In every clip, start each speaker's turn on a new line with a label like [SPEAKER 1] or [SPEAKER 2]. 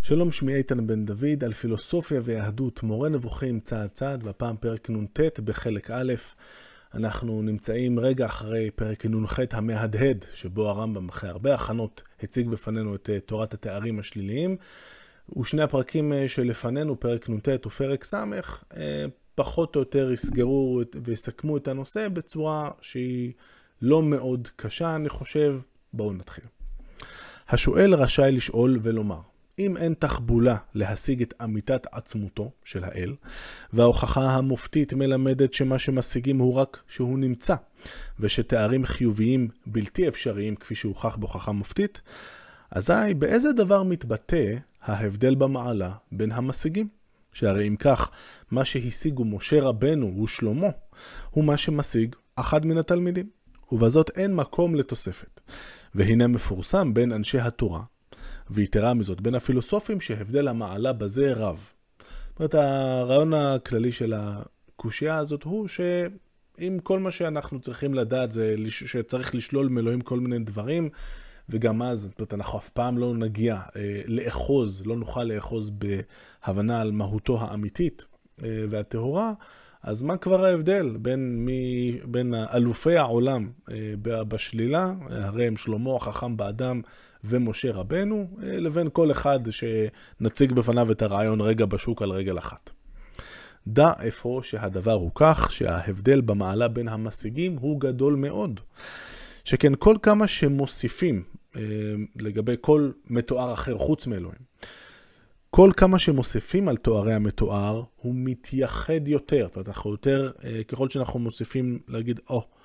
[SPEAKER 1] שלום, שמי איתן בן דוד על פילוסופיה ויהדות, מורה נבוכים צעד צעד, והפעם פרק נ"ט בחלק א'. אנחנו נמצאים רגע אחרי פרק נ"ח המהדהד, שבו הרמב"ם אחרי הרבה הכנות הציג בפנינו את תורת התארים השליליים, ושני הפרקים שלפנינו, פרק נ"ט ופרק ס', פחות או יותר יסגרו ויסכמו את הנושא בצורה שהיא לא מאוד קשה, אני חושב. בואו נתחיל. השואל רשאי לשאול ולומר, אם אין תחבולה להשיג את אמיתת עצמותו של האל, וההוכחה המופתית מלמדת שמה שמשיגים הוא רק שהוא נמצא, ושתארים חיוביים בלתי אפשריים כפי שהוכח בהוכחה מופתית, אזי באיזה דבר מתבטא ההבדל במעלה בין המשיגים? שהרי אם כך, מה שהשיגו משה רבנו ושלמה, הוא מה שמשיג אחד מן התלמידים, ובזאת אין מקום לתוספת. והנה מפורסם בין אנשי התורה, ויתרה מזאת, בין הפילוסופים שהבדל המעלה בזה רב. זאת אומרת, הרעיון הכללי של הקושייה הזאת הוא שאם כל מה שאנחנו צריכים לדעת זה שצריך לשלול מאלוהים כל מיני דברים, וגם אז אנחנו אף פעם לא נגיע לאחוז, לא נוכל לאחוז בהבנה על מהותו האמיתית והטהורה, אז מה כבר ההבדל בין אלופי העולם בשלילה, הרי הם שלמה החכם באדם ומשה רבנו, לבין כל אחד שנציג בפניו את הרעיון רגע בשוק על רגל אחת. דע אפוא שהדבר הוא כך שההבדל במעלה בין המשיגים הוא גדול מאוד. שכן כל כמה שמוסיפים לגבי כל מתואר אחר חוץ מאלוהים, כל כמה שמוסיפים על תוארי המתואר הוא מתייחד יותר. זאת אומרת, אנחנו יותר, ככל שאנחנו מוסיפים להגיד,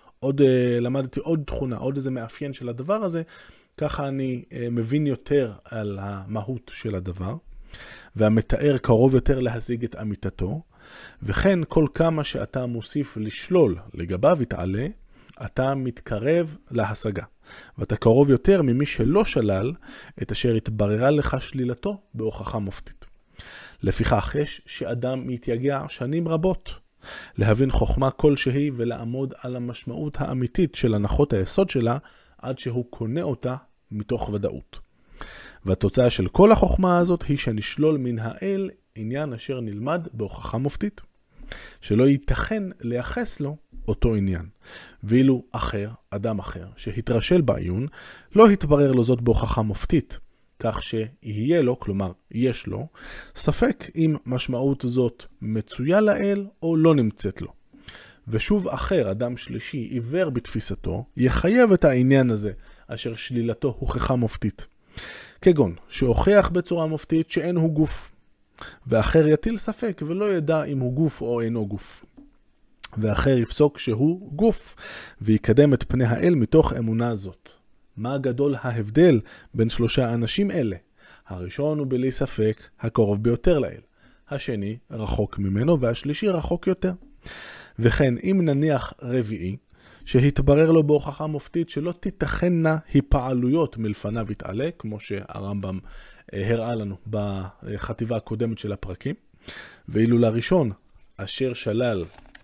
[SPEAKER 1] למדתי עוד תכונה, עוד איזה מאפיין של הדבר הזה, ככה אני מבין יותר על המהות של הדבר, והמתאר קרוב יותר להשיג את אמיתתו, וכן כל כמה שאתה מוסיף לשלול לגביו יתעלה, אתה מתקרב להשגה, ואתה קרוב יותר ממי שלא שלל את אשר התבררה לך שלילתו בהוכחה מופתית. לפיכך יש שאדם מתייגע שנים רבות להבין חוכמה כלשהי ולעמוד על המשמעות האמיתית של הנחות היסוד שלה עד שהוא קונה אותה מתוך ודאות. והתוצאה של כל החוכמה הזאת היא שנשלול מן האל עניין אשר נלמד בהוכחה מופתית, שלא ייתכן לייחס לו אותו עניין. ואילו אחר, אדם אחר, שהתרשל בעיון, לא התברר לו זאת בהוכחה מופתית, כך שיהיה לו, כלומר יש לו, ספק אם משמעות זאת מצויה לאל או לא נמצאת לו. ושוב אחר, אדם שלישי, עיוור בתפיסתו, יחייב את העניין הזה, אשר שלילתו הוכחה מופתית. כגון, שהוכיח בצורה מופתית שאין הוא גוף, ואחר יטיל ספק ולא ידע אם הוא גוף או אינו גוף. ואחר יפסוק שהוא גוף, ויקדם את פני האל מתוך אמונה זאת. מה גדול ההבדל בין שלושה אנשים אלה? הראשון הוא בלי ספק הקרוב ביותר לאל, השני רחוק ממנו, והשלישי רחוק יותר. וכן, אם נניח רביעי, שהתברר לו בהוכחה מופתית שלא תיתכנה היפעלויות מלפניו יתעלה, כמו שהרמב"ם הראה לנו בחטיבה הקודמת של הפרקים, ואילו לראשון, אשר שלל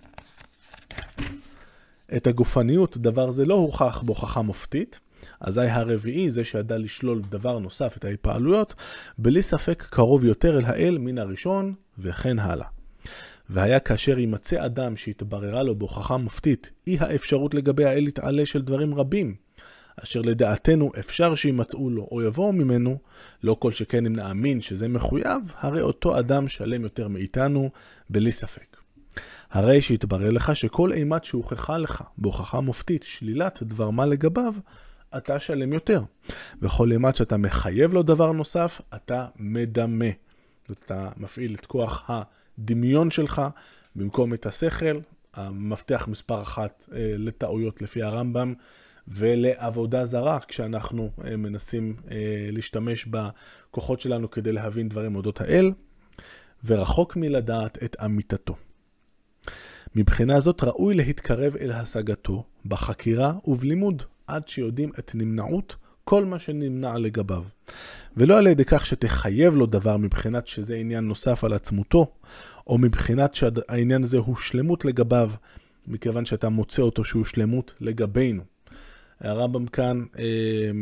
[SPEAKER 1] את הגופניות, דבר זה לא הוכח בהוכחה מופתית, אזי הרביעי, זה שידע לשלול דבר נוסף, את ההיפעלויות, בלי ספק קרוב יותר אל האל מן הראשון, וכן הלאה. והיה כאשר יימצא אדם שהתבררה לו בהוכחה מופתית, אי האפשרות לגבי האל יתעלה של דברים רבים, אשר לדעתנו אפשר שימצאו לו או יבואו ממנו, לא כל שכן אם נאמין שזה מחויב, הרי אותו אדם שלם יותר מאיתנו, בלי ספק. הרי שהתברר לך שכל אימת שהוכחה לך בהוכחה מופתית שלילת דבר מה לגביו, אתה שלם יותר. וכל אימת שאתה מחייב לו דבר נוסף, אתה מדמה. אתה מפעיל את כוח הדמיון שלך במקום את השכל, המפתח מספר 1 לטעויות לפי הרמב"ם, ולעבודה זרה כשאנחנו מנסים להשתמש בכוחות שלנו כדי להבין דברים אודות האל, ורחוק מלדעת את אמיתתו. מבחינה זאת ראוי להתקרב אל השגתו בחקירה ובלימוד, עד שיודעים את נמנעות כל מה שנמנע לגביו. ולא על ידי כך שתחייב לו דבר מבחינת שזה עניין נוסף על עצמותו, או מבחינת שהעניין הזה הוא שלמות לגביו, מכיוון שאתה מוצא אותו שהוא שלמות לגבינו. הרמב"ם כאן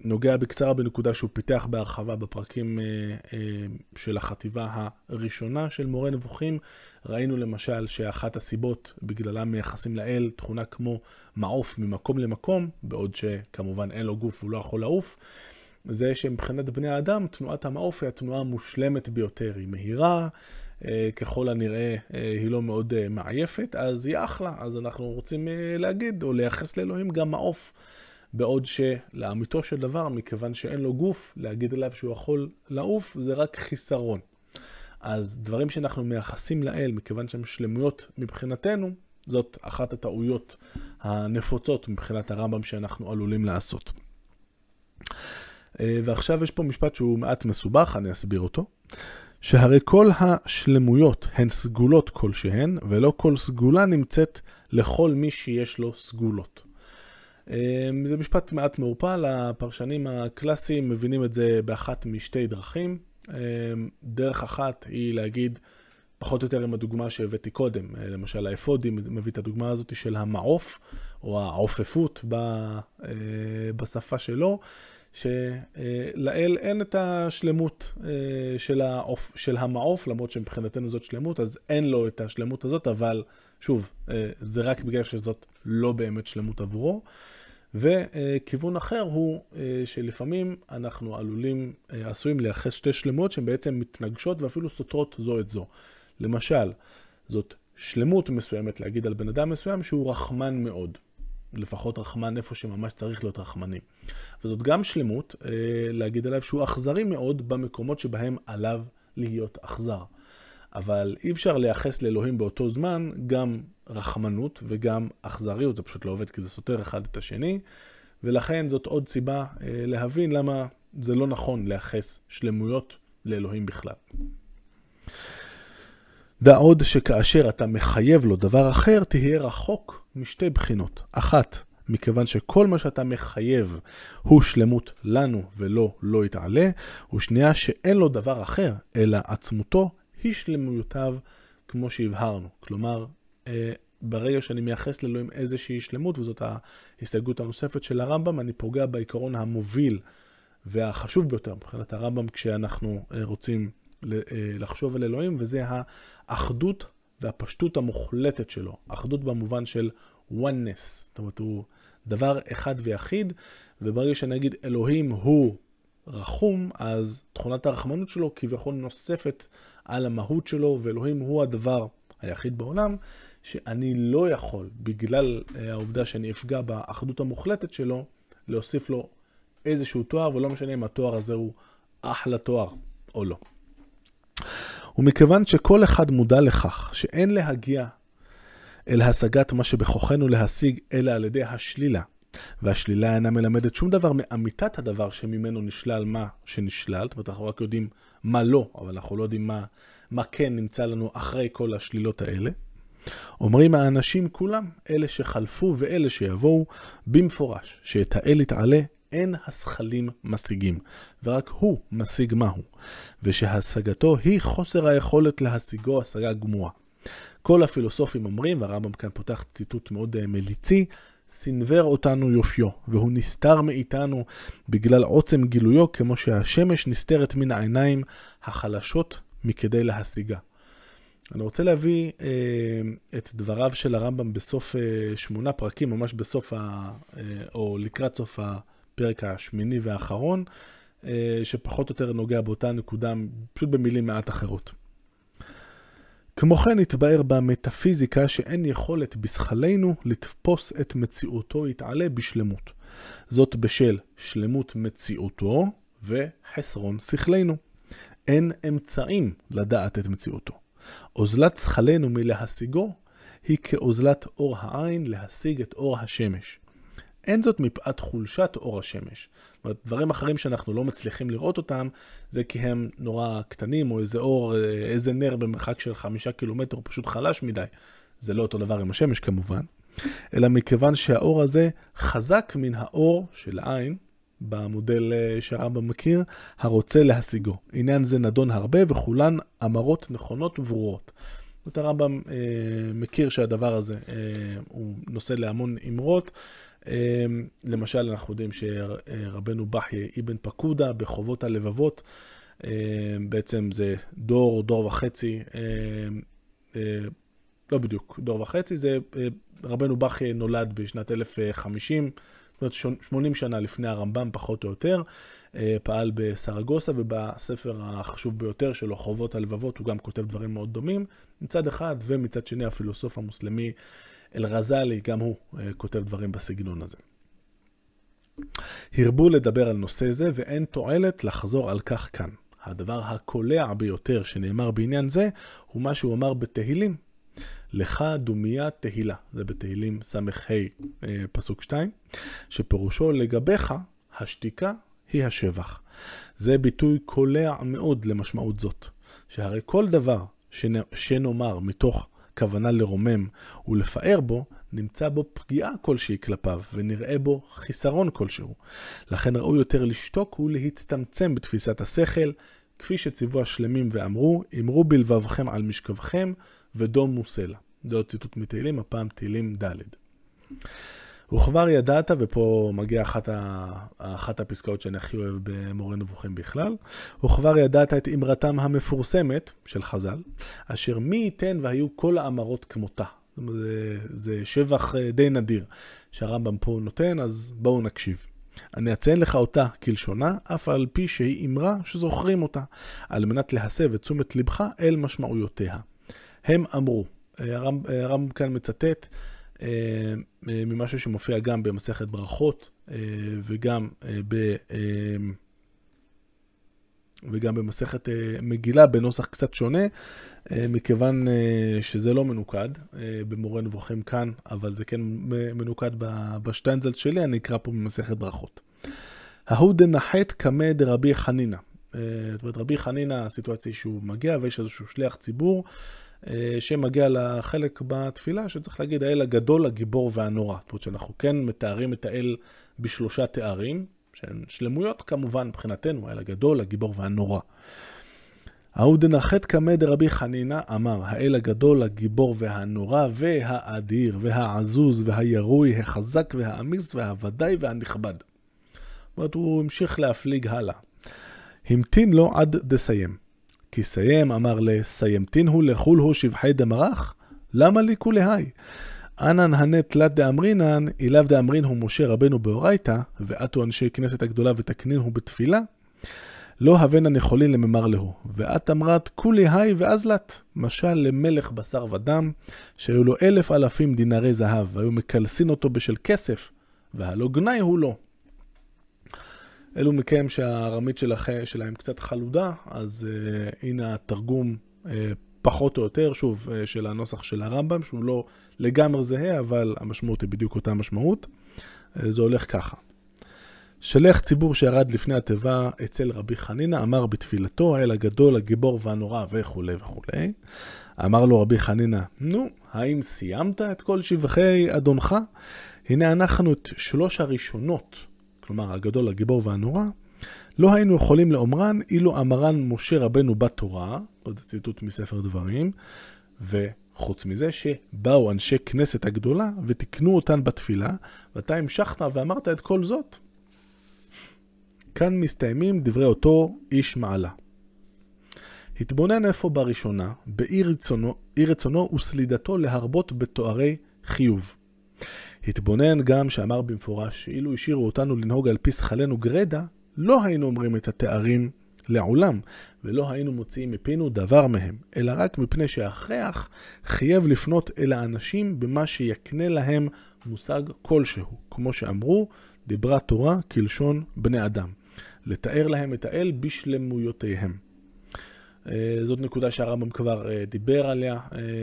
[SPEAKER 1] נוגע בקצרה בנקודה שהוא פיתח בהרחבה בפרקים של החטיבה הראשונה של מורה נבוכים. ראינו למשל שאחת הסיבות בגללה מייחסים לאל תכונה כמו מעוף ממקום למקום, בעוד שכמובן אין לו גוף והוא לא יכול לעוף, זה שמבחינת בני האדם תנועת המעוף היא התנועה המושלמת ביותר, היא מהירה, ככל הנראה היא לא מאוד מעייפת, אז היא אחלה. אז אנחנו רוצים להגיד או לייחס לאלוהים גם מעוף, בעוד שלאמיתו של דבר, מכיוון שאין לו גוף, להגיד עליו שהוא יכול לעוף זה רק חיסרון. אז דברים שאנחנו מייחסים לאל, מכיוון שהם שלמויות מבחינתנו, זאת אחת הטעויות הנפוצות מבחינת הרמב"ם שאנחנו עלולים לעשות. ועכשיו יש פה משפט שהוא מעט מסובך, אני אסביר אותו. שהרי כל השלמויות הן סגולות כלשהן, ולא כל סגולה נמצאת לכל מי שיש לו סגולות. זה משפט מעט מעורפל, הפרשנים הקלאסיים מבינים את זה באחת משתי דרכים. דרך אחת היא להגיד, פחות או יותר עם הדוגמה שהבאתי קודם, למשל האפודי מביא את הדוגמה הזאת של המעוף, או העופפות בשפה שלו, שלאל אין את השלמות של המעוף, למרות שמבחינתנו זאת שלמות, אז אין לו את השלמות הזאת, אבל שוב, זה רק בגלל שזאת לא באמת שלמות עבורו. וכיוון אחר הוא שלפעמים אנחנו עשויים לייחס שתי שלמות שהן בעצם מתנגשות ואפילו סותרות זו את זו. למשל, זאת שלמות מסוימת להגיד על בן אדם מסוים שהוא רחמן מאוד. לפחות רחמן איפה שממש צריך להיות רחמנים. וזאת גם שלמות להגיד עליו שהוא אכזרי מאוד במקומות שבהם עליו להיות אכזר. אבל אי אפשר לייחס לאלוהים באותו זמן גם רחמנות וגם אכזריות. זה פשוט לא עובד כי זה סותר אחד את השני. ולכן זאת עוד סיבה להבין למה זה לא נכון לייחס שלמויות לאלוהים בכלל. דע עוד שכאשר אתה מחייב לו דבר אחר, תהיה רחוק משתי בחינות. אחת, מכיוון שכל מה שאתה מחייב הוא שלמות לנו ולא לא יתעלה, ושנייה שאין לו דבר אחר, אלא עצמותו היא שלמויותיו כמו שהבהרנו. כלומר, ברגע שאני מייחס לאלוהים איזושהי שלמות, וזאת ההסתייגות הנוספת של הרמב"ם, אני פוגע בעיקרון המוביל והחשוב ביותר מבחינת הרמב"ם כשאנחנו רוצים לחשוב על אלוהים, וזה האחדות והפשטות המוחלטת שלו. אחדות במובן של oneness. זאת אומרת, הוא דבר אחד ויחיד, וברגע שנגיד אלוהים הוא רחום, אז תכונת הרחמנות שלו כביכול נוספת על המהות שלו, ואלוהים הוא הדבר היחיד בעולם, שאני לא יכול, בגלל העובדה שאני אפגע באחדות המוחלטת שלו, להוסיף לו איזשהו תואר, ולא משנה אם התואר הזה הוא אחלה תואר או לא. ומכיוון שכל אחד מודע לכך שאין להגיע אל השגת מה שבכוחנו להשיג אלא על ידי השלילה, והשלילה אינה מלמדת שום דבר מאמיתת הדבר שממנו נשלל מה שנשלל, זאת אומרת אנחנו רק יודעים מה לא, אבל אנחנו לא יודעים מה כן נמצא לנו אחרי כל השלילות האלה. אומרים האנשים כולם, אלה שחלפו ואלה שיבואו, במפורש שאת האל יתעלה אין השכלים משיגים, ורק הוא משיג מהו, ושהשגתו היא חוסר היכולת להשיגו השגה גמורה. כל הפילוסופים אומרים, והרמב"ם כאן פותח ציטוט מאוד מליצי, סנבר אותנו יופיו, והוא נסתר מאיתנו בגלל עוצם גילויו, כמו שהשמש נסתרת מן העיניים החלשות מכדי להשיגה. אני רוצה להביא את דבריו של הרמב"ם בסוף 8 פרקים, ממש בסוף או לקראת סוף הפרק השמיני והאחרון, שפחות או יותר נוגע באותה נקודה, פשוט במילים מעט אחרות. כמו כן התבאר במטאפיזיקה שאין יכולת בשכלנו לתפוס את מציאותו יתעלה בשלמות. זאת בשל שלמות מציאותו וחסרון שכלנו. אין אמצעים לדעת את מציאותו. אוזלת שכלנו מלהשיגו היא כאוזלת אור העין להשיג את אור השמש. אין זאת מפאת חולשת אור השמש. זאת אומרת, דברים אחרים שאנחנו לא מצליחים לראות אותם, זה כי הם נורא קטנים, או איזה אור, איזה נר במרחק של 5 קילומטר, הוא פשוט חלש מדי. זה לא אותו דבר עם השמש כמובן. אלא מכיוון שהאור הזה חזק מן האור של העין, במודל שהרמב"ם מכיר, הרוצה להשיגו. עניין זה נדון הרבה וכולן אמרות נכונות וברורות. הרמב"ם מכיר שהדבר הזה הוא נושא להמון אמרות, למשל, אנחנו יודעים שרבנו בחיה אבן פקודה בחובות הלבבות, בעצם זה דור וחצי, לא בדיוק, דור וחצי, זה רבנו בחיה נולד בשנת 1050, זאת אומרת 80 שנה לפני הרמב"ם פחות או יותר, פעל בסרגוסה, ובספר החשוב ביותר שלו, חובות הלבבות, הוא גם כותב דברים מאוד דומים, מצד אחד, ומצד שני הפילוסוף המוסלמי אל-רזאלי, גם הוא כותב דברים בסגנון הזה. הרבו לדבר על נושא זה, ואין תועלת לחזור על כך כאן. הדבר הקולע ביותר שנאמר בעניין זה, הוא מה שהוא אמר בתהילים. לך דומיה תהילה, זה בתהילים סמך פסוק 2, שפירושו לגביך השתיקה היא השבח. זה ביטוי קולע מאוד למשמעות זאת, שהרי כל דבר שנאמר מתוך כוונה לרומם ולפאר בו, נמצא בו פגיעה כלשהי כלפיו, ונראה בו חיסרון כלשהו. לכן ראוי יותר לשתוק ולהצטמצם בתפיסת השכל, כפי שציוו השלמים ואמרו, אמרו בלבבכם על משכבכם, ודומו סלע. זה עוד ציטוט מתהילים, הפעם תהילים ד'. וכבר ידעת, ופה מגיע אחת הפסקאות שאני הכי אוהב במורה נבוכים בכלל, וכבר ידעת את אמרתם המפורסמת של חז"ל, אשר מי ייתן והיו כל האמרות כמותה. זה שבח די נדיר שהרמב"ם פה נותן, אז בואו נקשיב. אני אציין לך אותה כלשונה, אף על פי שהיא אמרה שזוכרים אותה, על מנת להסב את תשומת לבך אל משמעויותיה. הם אמרו, הרמב"ם כאן מצטט ממשהו שמופיע גם במסכת ברכות וגם במסכת מגילה בנוסח קצת שונה, מכיוון שזה לא מנוקד במורה נבוכים כאן, אבל זה כן מנוקד בשטיינזלד שלי, אני אקרא פה במסכת ברכות. ההוא דנחת כמה דרבי חנינה. זאת אומרת, רבי חנינה, הסיטואציה שהוא מגיע ויש איזשהו שליח ציבור, שמגיע לחלק בתפילה שצריך להגיד האל הגדול, הגיבור והנורא. זאת אומרת שאנחנו כן מתארים את האל בשלושה תארים, שהן שלמויות כמובן מבחינתנו, האל הגדול, הגיבור והנורא. ההוא דנחת כמה דרבי חנינה אמר, האל הגדול, הגיבור והנורא והאדיר והעזוז והירוי, החזק והאמיץ והוודאי והנכבד. זאת אומרת, הוא המשיך להפליג הלאה. המתין לו עד דסיים. כי סיים אמר לסיימתין הוא לחול הוא שבחי דמרח? למה לי כולהי? אנן הנה תלת דאמרינן, אליו דאמרין הוא משה רבנו באורייתא, ועתו אנשי כנסת הגדולה ותקנין הוא בתפילה, לא הבן יכולין לממר להו. ואת אמרת כולהי ואזלת, משל למלך בשר ודם, שהיו לו 1,000 דינרי זהב, והיו מקלסין אותו בשל כסף, והלא גנאי הוא לא. אלו מכם שהארמית שלהם קצת חלודה, אז הנה התרגום פחות או יותר, שוב, של הנוסח של הרמב"ם, שהוא לא לגמרי זהה, אבל המשמעות היא בדיוק אותה משמעות. זה הולך ככה. שלח ציבור שירד לפני התיבה אצל רבי חנינה, אמר בתפילתו, האל הגדול, הגיבור והנורא וכו' וכו'. אמר לו רבי חנינה, נו, האם סיימת את כל שבחי אדונך? הנה אנחנו את 3 הראשונות, כלומר הגדול, הגיבור והנורא, לא היינו יכולים לאומרן אילו אמרן משה רבנו בתורה, עוד ציטוט מספר דברים, וחוץ מזה שבאו אנשי כנסת הגדולה ותקנו אותן בתפילה, ואתה המשכת ואמרת את כל זאת. כאן מסתיימים דברי אותו איש מעלה. התבונן איפה בראשונה, באי רצונו וסלידתו להרבות בתוארי חיוב. התבונן גם שאמר במפורש, אילו השאירו אותנו לנהוג על פי שכלנו גרדה, לא היינו אומרים את התארים לעולם, ולא היינו מוציאים מפינו דבר מהם, אלא רק מפני שההכרח חייב לפנות אל האנשים במה שיקנה להם מושג כלשהו, כמו שאמרו, דיברה תורה כלשון בני אדם, לתאר להם את האל בשלמויותיהם. זאת נקודה שהרמב"ם כבר דיבר עליה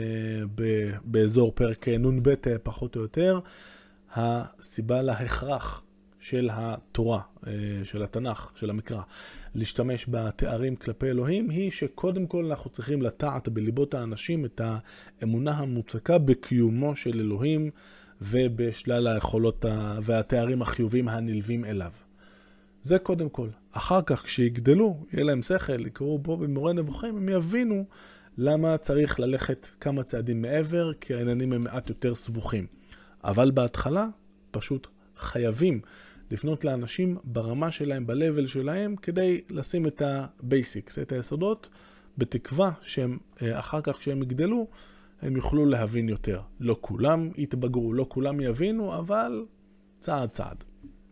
[SPEAKER 1] באזור פרק נ"ב פחות או יותר. הסיבה להכרח של התורה, של התנ"ך, של המקרא, להשתמש בתארים כלפי אלוהים, היא שקודם כל אנחנו צריכים לטעת בליבות האנשים את האמונה המוצקה בקיומו של אלוהים ובשלל היכולות והתארים החיוביים הנלווים אליו. זה קודם כל. אחר כך כשיגדלו, יהיה להם שכל, יקראו פה במורה נבוכים, הם יבינו למה צריך ללכת כמה צעדים מעבר, כי העניינים הם מעט יותר סבוכים. אבל בהתחלה, פשוט חייבים לפנות לאנשים ברמה שלהם, ב-level שלהם, כדי לשים את ה-basics, את היסודות, בתקווה שהם אחר כך כשהם יגדלו, הם יוכלו להבין יותר. לא כולם יתבגרו, לא כולם יבינו, אבל צעד צעד.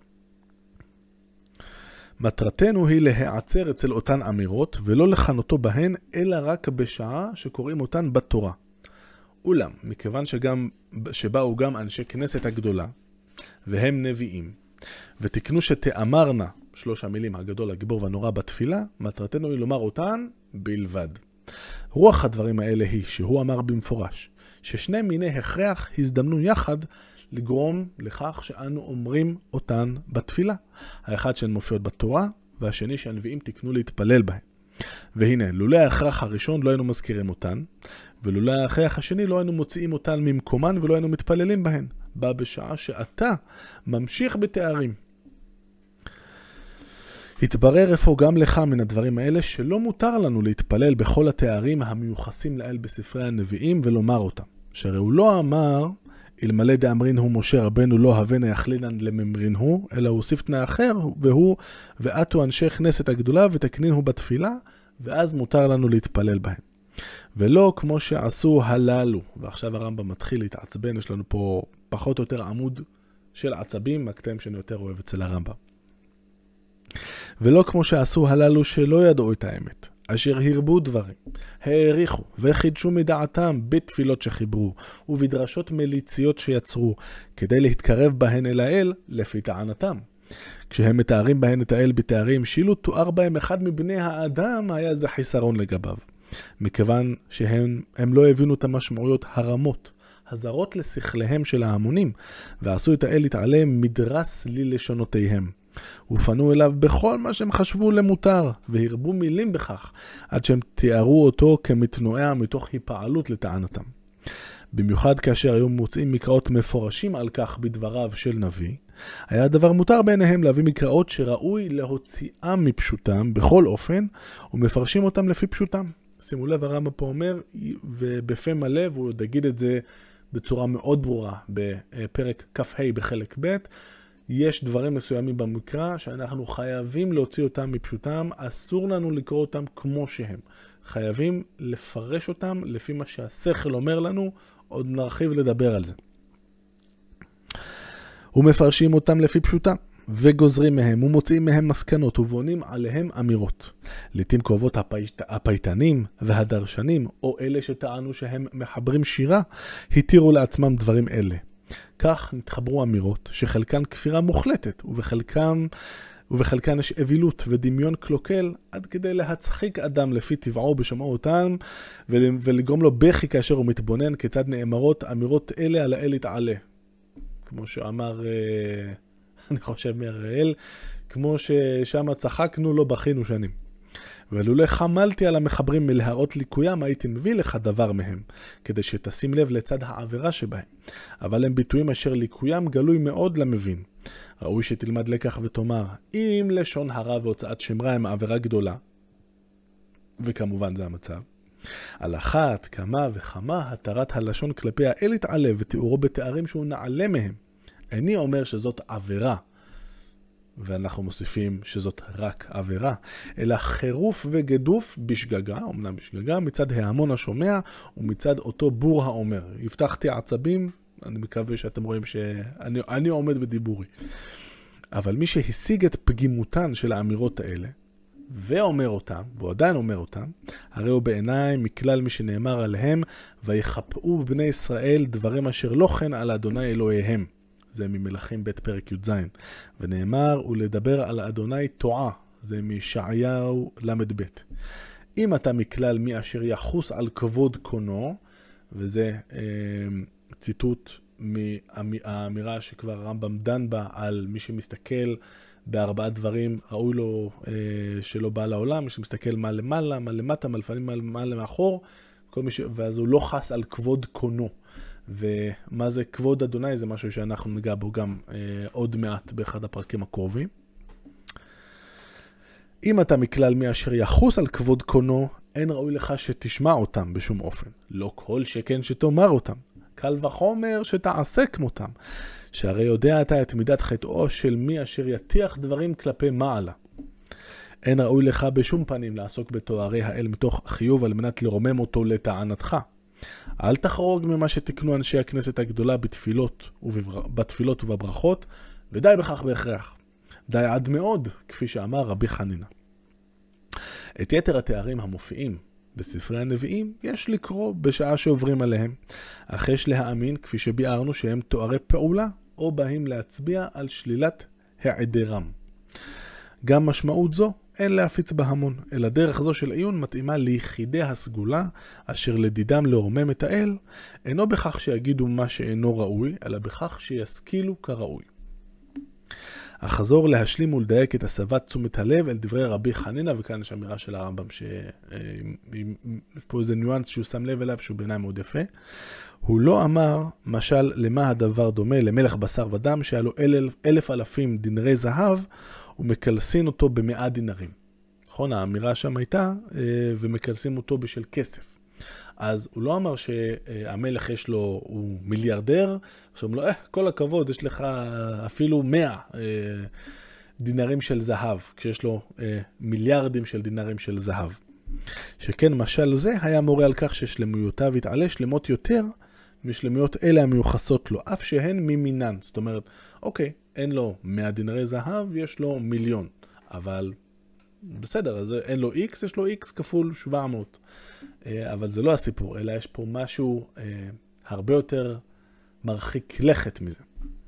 [SPEAKER 1] מטרתנו היא להיעצר אצל אותן אמירות, ולא לכנותו בהן, אלא רק בשעה שקוראים אותן בתורה. אולם, מכיוון שבאו גם אנשי כנסת הגדולה, והם נביאים, ותקנו שתאמרנה 3 המילים הגדול, הגיבור והנורא בתפילה, מטרתנו היא לומר אותן בלבד. רוח הדברים האלה היא שהוא אמר במפורש, ששני מיני הכרח הזדמנו יחד לגרום לכך שאנו אומרים אותן בתפילה. האחד שהן מופיעות בתורה, והשני שהנביאים תקנו להתפלל בהן. והנה, לולא ההכרח הראשון לא היינו מזכירים אותן, ולולא ההכרח השני לא היינו מוציאים אותן ממקומן ולא היינו מתפללים בהן. בא בשעה שאתה ממשיך בתארים. התברר איפה גם לך מן הדברים האלה שלא מותר לנו להתפלל בכל התארים המיוחסים לאל בספרי הנביאים ולומר אותם. שהרי הוא לא אמר אלמלא דאמרין הוא משה רבנו לא הבנה יחלינן לממרין הוא, אלא הוא הוסיף תנאי אחר, והוא ועתו אנשי כנסת הגדולה ותקנין הוא בתפילה, ואז מותר לנו להתפלל בהם. ולא כמו שעשו הללו, ועכשיו הרמב"ם מתחיל להתעצבן, יש לנו פה פחות או יותר עמוד של עצבים, מהקטעים שאני יותר אוהב אצל הרמב"ם. ולא כמו שעשו הללו שלא ידעו את האמת, אשר הרבו דברים, העריכו וחידשו מדעתם בתפילות שחיברו, ובדרשות מליציות שיצרו, כדי להתקרב בהן אל האל לפי טענתם. כשהם מתארים בהן את האל בתארים שאילו תואר בהם אחד מבני האדם, היה זה חיסרון לגביו. מכיוון שהם לא הבינו את המשמעויות הרמות, הזרות לשכליהם של ההמונים, ועשו את האל להתעלם מדרס ללשונותיהם. ופנו אליו בכל מה שהם חשבו למותר, והרבו מילים בכך, עד שהם תיארו אותו כמתנועע מתוך היפעלות לטענתם. במיוחד כאשר היו מוצאים מקראות מפורשים על כך בדבריו של נביא, היה דבר מותר בעיניהם להביא מקראות שראוי להוציאם מפשוטם בכל אופן, ומפרשים אותם לפי פשוטם. שימו לב, הרמב"ם פה אומר, ובפה מלא, והוא יגיד את זה בצורה מאוד ברורה, בפרק כ"ה בחלק ב', יש דברים מסוימים במקרא שאנחנו חייבים להוציא אותם מפשוטם, אסור לנו לקרוא אותם כמו שהם. חייבים לפרש אותם לפי מה שהשכל אומר לנו, עוד נרחיב לדבר על זה. ומפרשים אותם לפי פשוטם, וגוזרים מהם, ומוצאים מהם מסקנות, ובונים עליהם אמירות. לעתים קרובות הפייטנים והדרשנים, או אלה שטענו שהם מחברים שירה, התירו לעצמם דברים אלה. כך נתחברו אמירות שחלקן כפירה מוחלטת, ובחלקן יש אבילות ודמיון קלוקל, עד כדי להצחיק אדם לפי טבעו בשמעו אותם, ולגרום לו בכי כאשר הוא מתבונן כיצד נאמרות אמירות אלה על האל יתעלה. כמו שאמר, אני חושב מהראל, כמו ששם צחקנו לא בכינו שנים. ולולא חמלתי על המחברים מלהראות ליקויים, הייתי מביא לך דבר מהם, כדי שתשים לב לצד העבירה שבהם. אבל הם ביטויים אשר ליקויים גלוי מאוד למבין. ראוי שתלמד לקח ותאמר, אם לשון הרע והוצאת שם רע הם עבירה גדולה, וכמובן זה המצב, על אחת כמה וכמה התרת הלשון כלפי האל יתעלה ותיאורו בתארים שהוא נעלה מהם. איני אומר שזאת עבירה, ואנחנו מוסיפים שזאת רק עבירה, אלא חירוף וגדוף בשגגה, אומנם בשגגה, מצד ההמון השומע ומצד אותו בור האומר. הבטחתי עצבים, אני מקווה שאתם רואים שאני עומד בדיבורי. אבל מי שהשיג את פגימותן של האמירות האלה, ואומר אותם, והוא עדיין אומר אותם, הרי הוא בעיניי מכלל מי שנאמר עליהם, ויחפאו בני ישראל דברים אשר לא כן על אדוני אלוהיהם. זה ממלכים ב' פרק י"ז. ונאמר, ולדבר על אדוני תועה. זה מישעיהו למד ב'. אם אתה מכלל מי אשר יחוס על כבוד קונו, וזה ציטוט מהאמירה שכבר הרמב"ם דן בה, על מי שמסתכל בארבעה דברים, ראוי לו שלא בא לעולם, מי שמסתכל מה למעלה, מה למטה, מה לפנים, מה למאחור, ואז הוא לא חס על כבוד קונו. ומה זה כבוד אדוני, זה משהו שאנחנו ניגע בו גם עוד מעט באחד הפרקים הקרובים. אם אתה מכלל מי אשר יחוס על כבוד קונו, אין ראוי לך שתשמע אותם בשום אופן. לא כל שכן שתאמר אותם. קל וחומר שתעשה כמותם. שהרי יודע אתה את מידת חטאו של מי אשר יתיח דברים כלפי מעלה. אין ראוי לך בשום פנים לעסוק בתוארי האל מתוך חיוב על מנת לרומם אותו לטענתך. אל תחרוג ממה שתקנו אנשי הכנסת הגדולה בתפילות ובברכות, ודי בכך בהכרח. די עד מאוד, כפי שאמר רבי חנינא. את יתר התארים המופיעים בספרי הנביאים יש לקרוא בשעה שעוברים עליהם, אך יש להאמין, כפי שביארנו, שהם תוארי פעולה, או באים להצביע על שלילת העדרם. גם משמעות זו אין להפיץ בה המון, אלא דרך זו של עיון מתאימה ליחידי הסגולה, אשר לדידם לרומם את האל, אינו בכך שיגידו מה שאינו ראוי, אלא בכך שישכילו כראוי. אחזור להשלים ולדייק את הסבת תשומת הלב אל דברי רבי חנינא, וכאן יש אמירה של הרמב"ם, פה איזה ניואנס שהוא שם לב אליו, שהוא בעיניי מאוד יפה. הוא לא אמר, משל, למה הדבר דומה למלך בשר ודם, שהיה לו 1,000 דינרי זהב, ומקלסין אותו ב100 דינרים. נכון, האמירה שם הייתה, ומקלסים אותו בשל כסף. אז הוא לא אמר שהמלך יש לו, הוא מיליארדר, עכשיו לו, כל הכבוד, יש לך אפילו 100 דינרים של זהב, כשיש לו מיליארדים של דינרים של זהב. שכן משל זה היה מורה על כך ששלמויותיו יתעלה שלמות יותר משלמויות אלה המיוחסות לו, אף שהן ממינן. זאת אומרת, אוקיי, אין לו 100 דינרי זהב, יש לו 1,000,000, אבל בסדר, אז אין לו X, יש לו X כפול 700. אבל זה לא הסיפור, אלא יש פה משהו הרבה יותר מרחיק לכת מזה.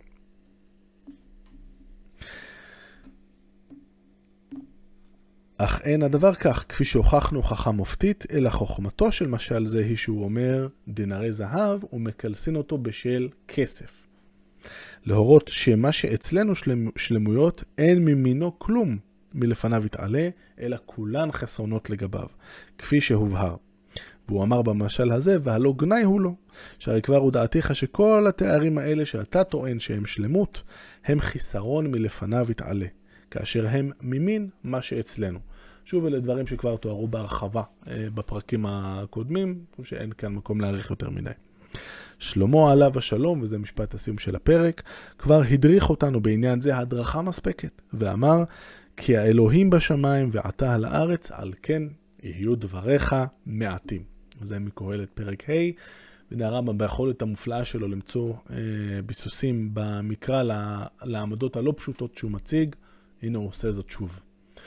[SPEAKER 1] אך אין הדבר כך, כפי שהוכחנו הוכחה מופתית, אלא חוכמתו של משל זה היא שהוא אומר דינרי זהב ומקלסין אותו בשל כסף. להורות שמה שאצלנו שלמויות אין ממינו כלום מלפניו יתעלה, אלא כולן חסרונות לגביו, כפי שהובהר. והוא אמר במשל הזה, והלא גנאי הוא לו, שהרי כבר הודעתיך שכל התארים האלה שאתה טוען שהם שלמות, הם חיסרון מלפניו יתעלה, כאשר הם ממין מה שאצלנו. שוב, אלה דברים שכבר תוארו בהרחבה בפרקים הקודמים, שאין כאן מקום להאריך יותר מדי. שלמה עליו השלום, וזה משפט הסיום של הפרק, כבר הדריך אותנו בעניין זה הדרכה מספקת, ואמר, כי האלוהים בשמיים ועתה על הארץ, על כן יהיו דבריך מעטים. וזה מקהלת פרק ה', והרמב"ם ביכולת המופלאה שלו למצוא ביסוסים במקרא לעמדות הלא פשוטות שהוא מציג, הנה הוא עושה זאת שוב.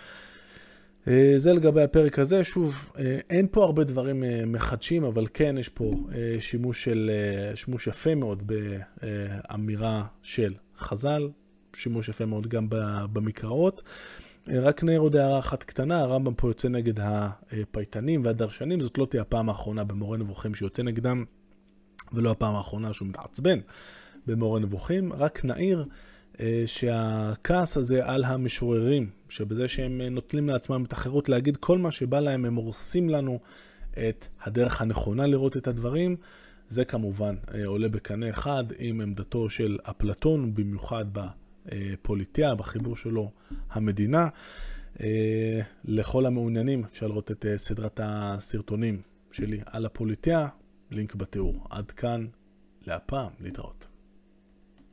[SPEAKER 1] זה לגבי הפרק הזה, שוב, אין פה הרבה דברים מחדשים, אבל כן יש פה שימוש יפה מאוד באמירה של חז"ל, שימוש יפה מאוד גם במקראות. רק נעיר עוד הערה אחת קטנה, הרמב"ם פה יוצא נגד הפייטנים והדרשנים, זאת לא תהיה הפעם האחרונה במורה נבוכים שיוצא נגדם, ולא הפעם האחרונה שהוא מתעצבן במורה נבוכים, רק נעיר שהכעס הזה על המשוררים, שבזה שהם נוטלים לעצמם את החירות להגיד כל מה שבא להם, הם הורסים לנו את הדרך הנכונה לראות את הדברים, זה כמובן עולה בקנה אחד עם עמדתו של אפלטון, במיוחד בפוליטיה, בחיבור שלו המדינה. לכל המעוניינים אפשר לראות את סדרת הסרטונים שלי על הפוליטיה, לינק בתיאור. עד כאן להפעם, להתראות.